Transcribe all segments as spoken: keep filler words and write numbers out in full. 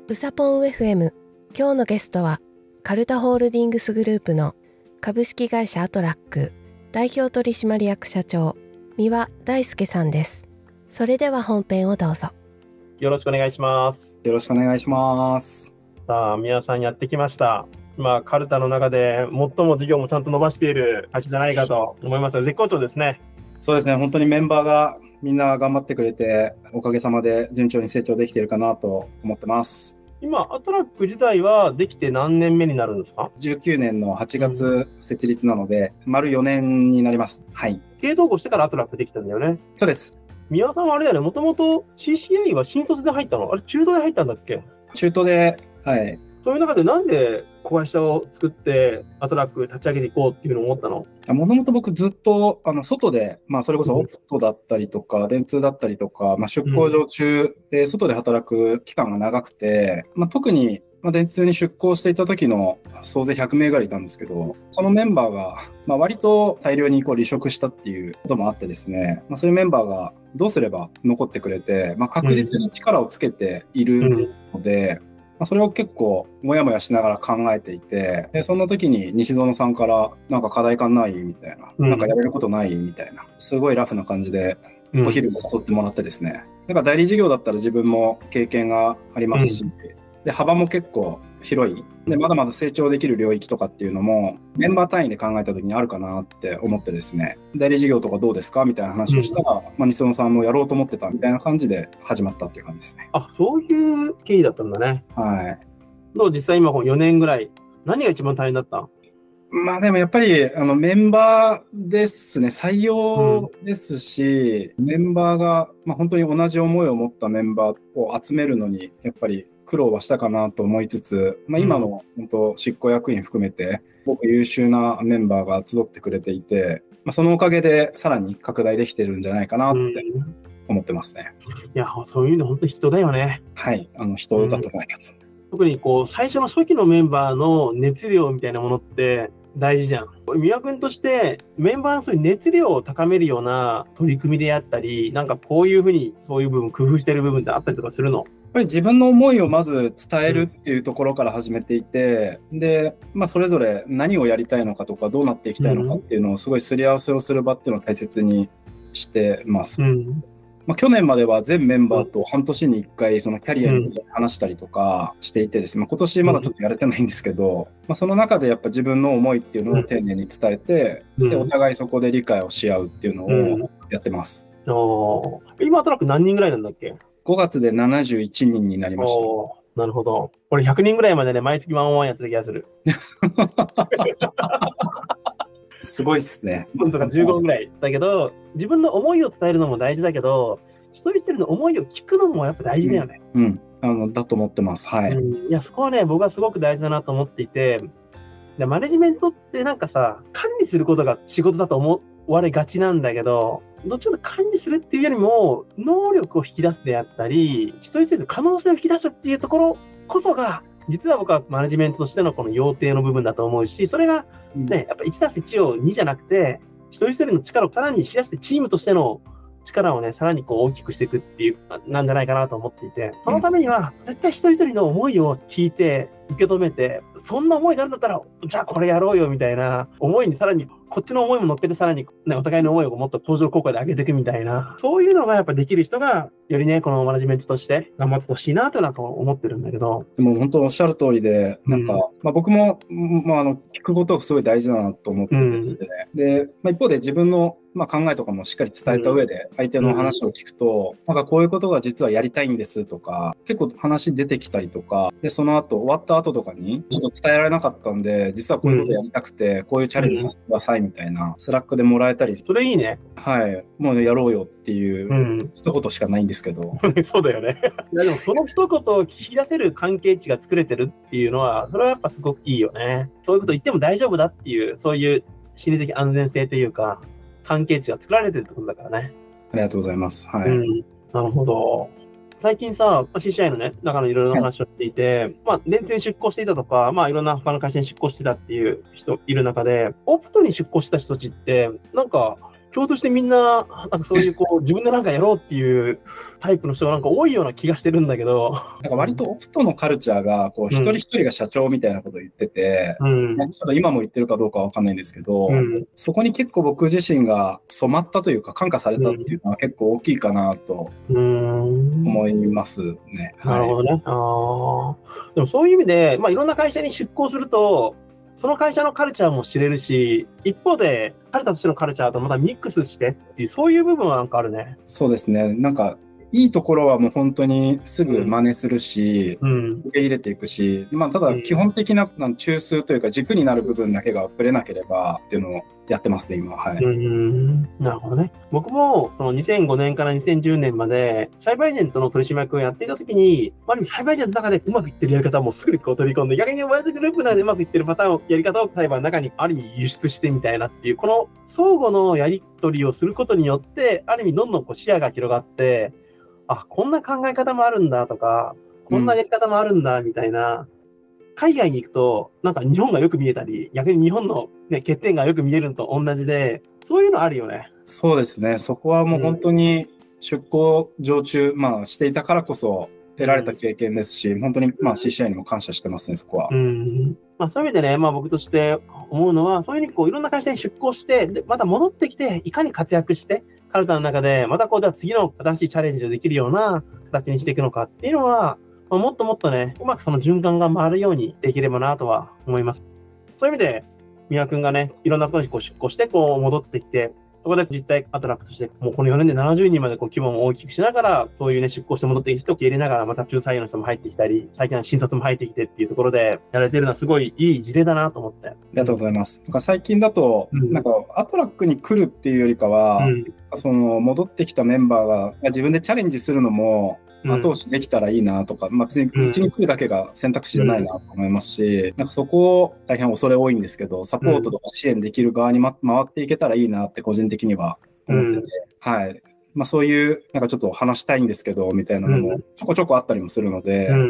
うさぽん エフエム、今日のゲストはカルタホールディングスグループの株式会社アトラック代表取締役社長三輪大輔さんです。それでは本編をどうぞ。 よろしくお願いします。 よろしくお願いします。 さあ、三輪さんやってきました。まあ、カルタの中で最も事業もちゃんと伸ばしている会社じゃないかと思いますが、絶好調ですね。 そうですね、本当にメンバーがみんな頑張ってくれて、おかげさまで順調に成長できているかなと思ってます。 今、アトラック自体はできて何年目になるんですか？ じゅうきゅうねんのはちがつ設立なので、うん、丸よねんになります。はい。 経営統合してからアトラックできたんだよね。 そうです。 三輪さんはあれだよね、もともと シーシーアイ は新卒で入ったの？あれ、中途で入ったんだっけ？ 中途で、はい。 そういう中でなんで子会社を作ってアトラック立ち上げていこうっていうのを思ったの？ もともと僕ずっとあの外で、まあ、それこそオプトだったりとか、うん、電通だったりとか、まあ、出向上中で外で働く期間が長くて、まあ、特にまあ、電通に出向していた時の総勢ひゃくめいぐらいいたんですけど、そのメンバーが、まあ、割と大量にこう離職したっていうこともあってですね、まあ、そういうメンバーがどうすれば残ってくれて、まあ、確実に力をつけているので、うんうん、まあ、それを結構もやもやしながら考えていて、でそんな時に西園さんからなんか課題感ないみたいな、うん、なんかやれることないみたいな、すごいラフな感じでお昼に誘ってもらってですね、だから代理事業だったら自分も経験がありますし、うん、で幅も結構広いで、まだまだ成長できる領域とかっていうのもメンバー単位で考えた時にあるかなって思ってですね、代理事業とかどうですかみたいな話をしたら、うん、まあ、西園さんもやろうと思ってたみたいな感じで始まったっていう感じですね。 あ、そういう経緯だったんだね。 はい。 どう実際今よねんぐらい、何が一番大変だった？ まあでもやっぱりあのメンバーですね、採用ですし、うん、メンバーが、まあ、本当に同じ思いを持ったメンバーを集めるのにやっぱり苦労はしたかなと思いつつ、まあ、今の本当執行役員含めて僕優秀なメンバーが集ってくれていて、まあ、そのおかげでさらに拡大できてるんじゃないかなって思ってますね。 うん、いや、そういうの本当に人だよね。 はい、あの人だと思います。 うん、特にこう最初の初期のメンバーの熱量みたいなものって大事じゃん。三輪君としてメンバーのそういう熱量を高めるような取り組みであったり、なんかこういうふうにそういう部分工夫してる部分ってあったりとかするの？ やっぱり自分の思いをまず伝えるっていうところから始めていて、うん、で、まあ、それぞれ何をやりたいのかとかどうなっていきたいのかっていうのをすごいすり合わせをする場っていうのを大切にしてます。うん、まあ、去年までは全メンバーと半年にいっかいそのキャリアについて話したりとかしていてですね、まあ、今年まだちょっとやれてないんですけど、まあ、その中でやっぱ自分の思いっていうのを丁寧に伝えて、でお互いそこで理解をし合うっていうのをやってます。 うん、今アトラック何人ぐらいなんだっけ？ ごがつでななじゅういちにんになりました。 なるほど。これひゃくにんぐらいまでね、毎月ワンオンワンやってた気がする。 すごいっすね。 本当かじゅうごぐらいだけど、自分の思いを伝えるのも大事だけど、一人一人の思いを聞くのもやっぱ大事だよね。 うん、うん、あのだと思ってます。はい。 うん、いや、そこはね、僕はすごく大事だなと思っていて、でマネジメントってなんかさ、管理することが仕事だと思われがちなんだけど、どっちかというと管理するっていうよりも、能力を引き出すであったり、一人一人の可能性を引き出すっていうところこそが、実は僕はマネジメントとしてのこの要諦の部分だと思うし、それがね、やっぱいちたすいちをにじゃなくて、一人一人の力をさらに引き出してチームとしての力をね、さらにこう大きくしていくっていう、なんじゃないかなと思っていて、そのためには、絶対一人一人の思いを聞いて、受け止めて、そんな思いがあるんだったら、じゃあこれやろうよみたいな思いにさらに、こっちの思いも乗っけてさらに、ね、お互いの思いをもっと登場効果で上げていくみたいな、そういうのがやっぱできる人が、よりね、このマネジメントとして頑張ってほしいなというのは思ってるんだけど。 でも本当おっしゃる通りで、なんか、うん、まあ、僕も、まあ、あの聞くことがすごい大事だなと思ってですね。うん、で、まあ、一方で自分のまあ、考えとかもしっかり伝えた上で相手の話を聞くと、うん、なんかこういうことが実はやりたいんですとか結構話出てきたりとかで、その後終わった後とかにちょっと伝えられなかったんで、実はこういうことやりたくて、うん、こういうチャレンジさせてくださいみたいなスラックでもらえたり、 それいいね。 はい、もう、ね、やろうよっていう一言しかないんですけど、 うん、そうだよね。いやでもその一言を聞き出せる関係値が作れてるっていうのは、それはやっぱすごくいいよね。そういうこと言っても大丈夫だっていう、そういう心理的安全性というか関係値が作られてるってことだからね。 ありがとうございます。はい。 うん、なるほど。最近さ、シーシーアイ のね、中のいろいろな話をしていて、はい、まあ、電通に出向していたとか、まあ、いろんな他の会社に出向してたっていう人いる中で、オプトに出向した人たちって、なんか、 共通してみんな、なんかそういうこう、自分でなんかやろうっていうタイプの人がなんか多いような気がしてるんだけど。 なんか割とオプトのカルチャーが、こう、一人一人が社長みたいなことを言ってて、うん、ちょっと今も言ってるかどうかわかんないんですけど、うん、そこに結構僕自身が染まったというか、感化されたっていうのは結構大きいかなと思いますね。 うん、なるほどね。あでもそういう意味で、まあ、いろんな会社に出向すると、その会社のカルチャーも知れるし、一方で、カルタとしてのカルチャーとまたミックスしてっていう、そういう部分はなんかあるね。 そうですね。なんか、いいところはもう本当にすぐ真似するし、うん、受け入れていくし、まあ、ただ基本的な中枢というか軸になる部分だけがぶれなければっていうのをやってますね、今。はい。 うん、なるほどね。僕もそのにせんごねんからにせんじゅうねんまでサイバーエージェントの取締役をやっていたときに、ある意味サイバーエージェントの中でうまくいってるやり方をもうすぐにこう取り込んで、逆に同じグループ内でうまくいってるパターンをやり方をサイバーの中にある意味輸出してみたいなっていう、この相互のやり取りをすることによって、ある意味どんどんこう視野が広がって、あ、こんな考え方もあるんだとか、こんなやり方もあるんだみたいな、うん、海外に行くと、なんか日本がよく見えたり、逆に日本の、ね、欠点がよく見えるのと同じで、そういうのあるよね。 そうですね。そこはもう本当に出向常駐、うん、まあしていたからこそ得られた経験ですし、うん、本当にまあ シーシーアイ にも感謝してますね、そこは。 うん。まあそういう意味でね、まあ僕として思うのは、そういうふうにこういろんな会社に出向して、でまた戻ってきて、いかに活躍して、カルタの中で、またこう、じゃあ次の新しいチャレンジをできるような形にしていくのかっていうのは、まあ、もっともっとね、うまくその循環が回るようにできればなとは思います。そういう意味で、三輪くんがね、いろんなところにこう出向して、こう戻ってきて、そこで実際アトラックとして、もうこのよねんでななじゅうにんまでこう規模も大きくしながら、そういうね、出向して戻ってきた人を受け入れながら、また中採用の人も入ってきたり、最近は新卒も入ってきてっていうところで、やられてるのはすごいいい事例だなと思って。ありがとうございます。なんか最近だと、うん、なんかアトラックに来るっていうよりかは、うん、その戻ってきたメンバーが自分でチャレンジするのも、後押しできたらいいなとか、まあ、別にうちに来るだけが選択肢じゃないなと思いますし、うん、なんかそこを大変恐れ多いんですけど、サポートとか支援できる側に、ま、回っていけたらいいなって個人的には思ってて、うん、はい。まあそういう、なんかちょっと話したいんですけど、みたいなのもちょこちょこあったりもするので、うん、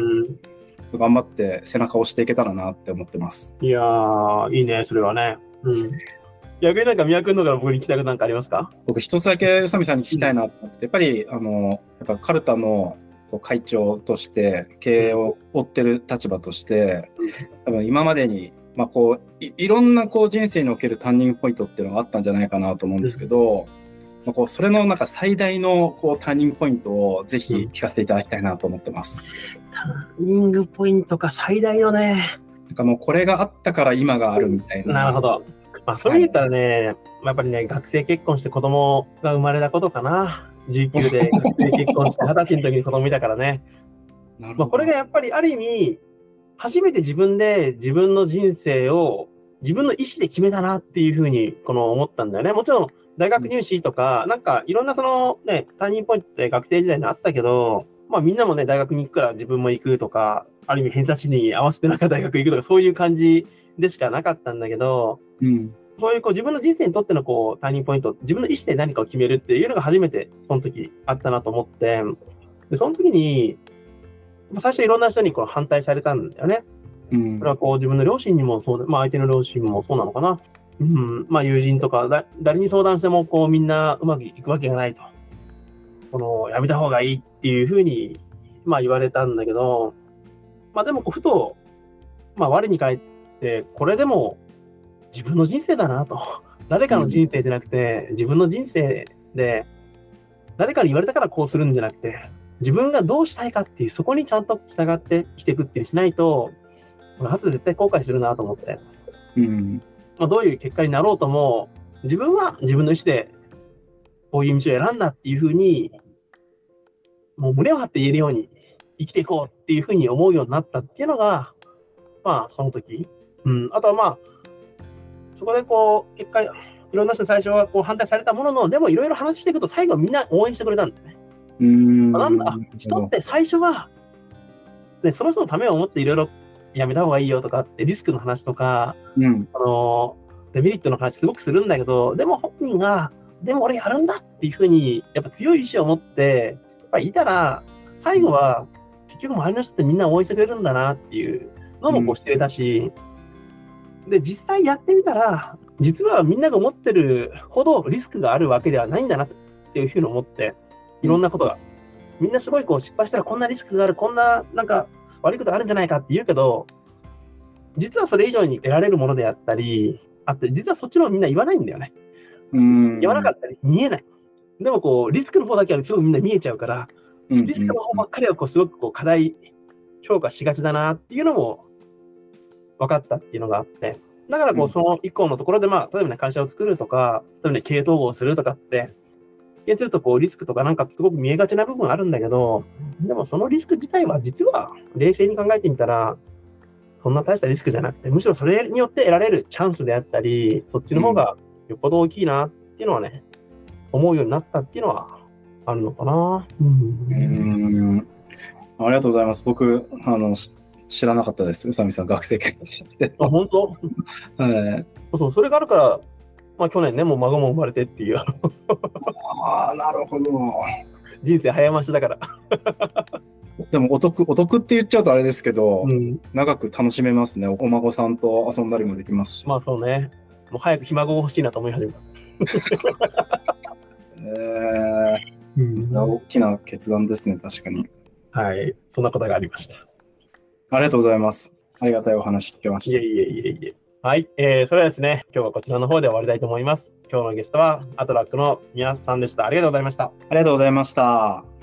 頑張って背中を押していけたらなって思ってます。 いやー、いいね、それはね。うん逆になんか宮君のから僕に聞きたくなんかありますか？ 僕一つだけ宇佐美さんに聞きたいなと思って、やっぱりあのやっぱカルタの会長として経営を追ってる立場として多分今までに、まあ、こう い, いろんなこう人生におけるターニングポイントっていうのがあったんじゃないかなと思うんですけど、まあ、こうそれのなんか最大のこうターニングポイントをぜひ聞かせていただきたいなと思ってます。 ターニングポイントか最大のね。 なんかもうこれがあったから今があるみたいな。 なるほど。まあ、それ言ったらね、はい、やっぱりね、学生結婚して子供が生まれたことかな。じゅうきゅうで学生結婚してはたちの時に子供いたからね。まあ、これがやっぱりある意味、初めて自分で自分の人生を自分の意思で決めたなっていうふうにこの思ったんだよね。もちろん大学入試とか、なんかいろんなそのね、ターニングポイントって学生時代にあったけど、まあみんなもね、大学に行くから自分も行くとか、ある意味偏差値に合わせてなんか大学行くとか、そういう感じでしかなかったんだけど、うん、そういうこう自分の人生にとってのこうターニングポイント、自分の意思で何かを決めるっていうのが初めてその時あったなと思って、でその時に、最初いろんな人にこう反対されたんだよね。うん、それはこう自分の両親にもそう、まあ相手の両親もそうなのかな。うん、まあ友人とかだ、誰に相談してもこうみんなうまくいくわけがないと。このやめた方がいいっていうふうに、まあ言われたんだけど、まあでもこうふと、まあ我に返って、これでも自分の人生だなと。誰かの人生じゃなくて、うん、自分の人生で、誰かに言われたからこうするんじゃなくて、自分がどうしたいかっていう、そこにちゃんと従って生きていくっていうしないと、後で絶対後悔するなと思って。うんまあ、どういう結果になろうとも、自分は自分の意思でこういう道を選んだっていうふうに、もう胸を張って言えるように生きていこうっていうふうに思うようになったっていうのが、まあその時。うん、あとはまあ、そこでこう、結果、いろんな人最初はこう反対されたものの、でもいろいろ話していくと最後みんな応援してくれたんだよね。うーんなんだ、人って最初は、ね、その人のためを思っていろいろやめた方がいいよとかってリスクの話とか、うん、あのデメリットの話すごくするんだけど、でも本人が、でも俺やるんだっていうふうに、やっぱ強い意志を持って、やっぱりいたら、最後は結局周りの人ってみんな応援してくれるんだなっていうのもこう知れたし、うん、で、実際やってみたら、 実はみんなが思ってるほどリスクがあるわけではないんだなっていうふうに思って、いろんなことが。みんなすごいこう失敗したらこんなリスクがある、こんななんか悪いことあるんじゃないかって言うけど、実はそれ以上に得られるものであったり、あって、実はそっちの方みんな言わないんだよね。 うん言わなかったり、見えない。でもこう、リスクの方だけはすごくみんな見えちゃうから、リスクの方ばっかりはこうすごくこう課題評価しがちだなっていうのも分かったっていうのがあって、だからこうその以降のところで、まあ、例えばね、会社を作るとか、例えばね、経営統合をするとかって、経営するとこうリスクとかなんかすごく見えがちな部分あるんだけど、でもそのリスク自体は実は冷静に考えてみたら、そんな大したリスクじゃなくて、むしろそれによって得られるチャンスであったり、そっちの方がよっぽど大きいなっていうのはね、思うようになったっていうのはあるのかな。うん。 うんありがとうございます。僕、あの、知らなかったです。宇佐美さん、学生経験。 あ、本当？ はい。 そう、それがあるから、まあ去年ね、もう孫も生まれてっていう。 ああ、なるほど。 人生早回しだから。 でも、お得、お得って言っちゃうとあれですけど、 うん、 長く楽しめますね。お孫さんと遊んだりもできますし。 まあそうね。もう早くひ孫が欲しいなと思い始めた。 えー、うん、大きな決断ですね、確かに。 はい、そんなことがありました。 ありがとうございます。ありがたいお話聞けました。 いえいえいえいえ。はい、えー、それではですね、今日はこちらの方で終わりたいと思います。今日のゲストはアトラックの宮さんでした。ありがとうございました。 ありがとうございました。